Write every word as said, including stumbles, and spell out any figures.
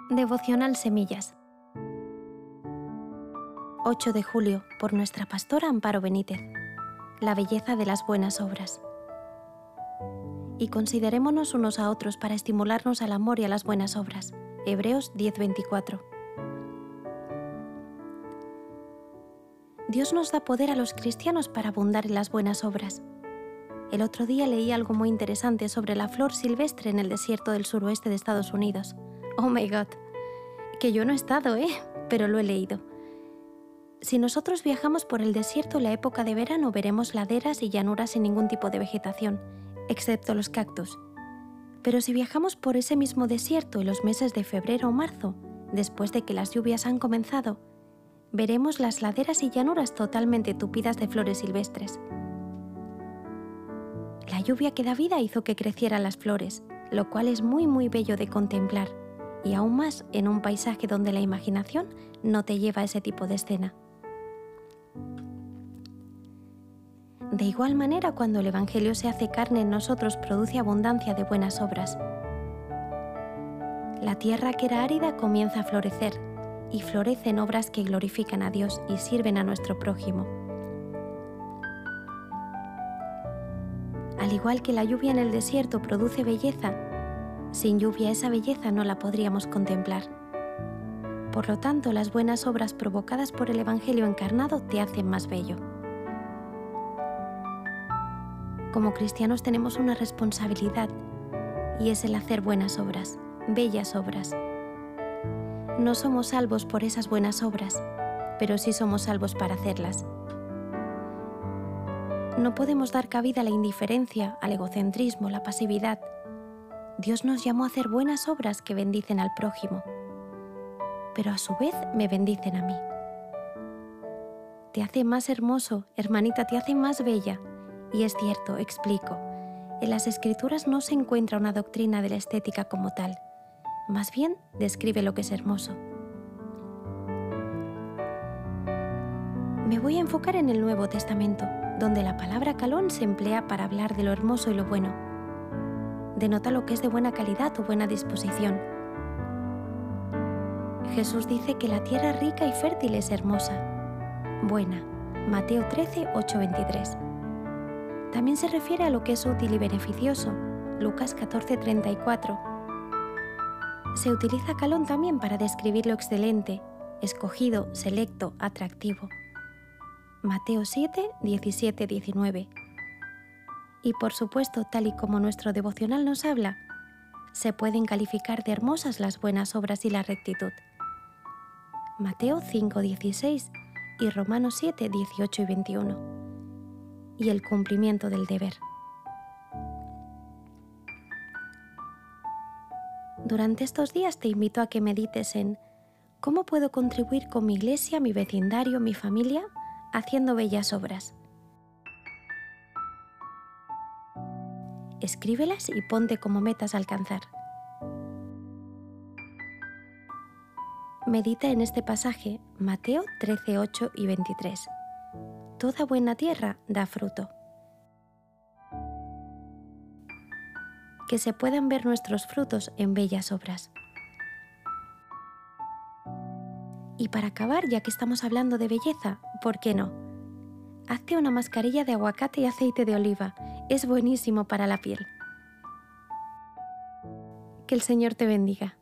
Devocional Semillas. ocho de julio, por nuestra pastora Amparo Benítez. La belleza de las buenas obras. Y considerémonos unos a otros para estimularnos al amor y a las buenas obras. Hebreos diez veinticuatro. Dios nos da poder a los cristianos para abundar en las buenas obras. El otro día leí algo muy interesante sobre la flor silvestre en el desierto del suroeste de Estados Unidos. Oh my God, que yo no he estado, ¿eh? Pero lo he leído. Si nosotros viajamos por el desierto en la época de verano, veremos laderas y llanuras sin ningún tipo de vegetación, excepto los cactus. Pero si viajamos por ese mismo desierto en los meses de febrero o marzo, después de que las lluvias han comenzado, veremos las laderas y llanuras totalmente tupidas de flores silvestres. La lluvia que da vida hizo que crecieran las flores, lo cual es muy muy bello de contemplar, y aún más en un paisaje donde la imaginación no te lleva a ese tipo de escena. De igual manera, cuando el Evangelio se hace carne en nosotros, produce abundancia de buenas obras. La tierra que era árida comienza a florecer, y florecen obras que glorifican a Dios y sirven a nuestro prójimo. Al igual que la lluvia en el desierto produce belleza, sin lluvia esa belleza no la podríamos contemplar. Por lo tanto, las buenas obras provocadas por el Evangelio encarnado te hacen más bello. Como cristianos tenemos una responsabilidad, y es el hacer buenas obras, bellas obras. No somos salvos por esas buenas obras, pero sí somos salvos para hacerlas. No podemos dar cabida a la indiferencia, al egocentrismo, la pasividad. Dios nos llamó a hacer buenas obras que bendicen al prójimo, pero a su vez me bendicen a mí. Te hace más hermoso, hermanita, te hace más bella. Y es cierto, explico, en las Escrituras no se encuentra una doctrina de la estética como tal, más bien describe lo que es hermoso. Me voy a enfocar en el Nuevo Testamento, donde la palabra calón se emplea para hablar de lo hermoso y lo bueno. Denota lo que es de buena calidad o buena disposición. Jesús dice que la tierra rica y fértil es hermosa, buena. Mateo trece, ocho veintitrés. También se refiere a lo que es útil y beneficioso. Lucas catorce, treinta y cuatro. Se utiliza calón también para describir lo excelente, escogido, selecto, atractivo. Mateo siete, diecisiete, diecinueve. Y por supuesto, tal y como nuestro devocional nos habla, se pueden calificar de hermosas las buenas obras y la rectitud. Mateo cinco, dieciséis y Romanos siete, dieciocho y veintiuno. Y el cumplimiento del deber. Durante estos días te invito a que medites en ¿cómo puedo contribuir con mi iglesia, mi vecindario, mi familia, haciendo bellas obras? Escríbelas y ponte como metas a alcanzar. Medita en este pasaje, Mateo trece, ocho y veintitrés. Toda buena tierra da fruto. Que se puedan ver nuestros frutos en bellas obras. Y para acabar, ya que estamos hablando de belleza, ¿por qué no? Hazte una mascarilla de aguacate y aceite de oliva. Es buenísimo para la piel. Que el Señor te bendiga.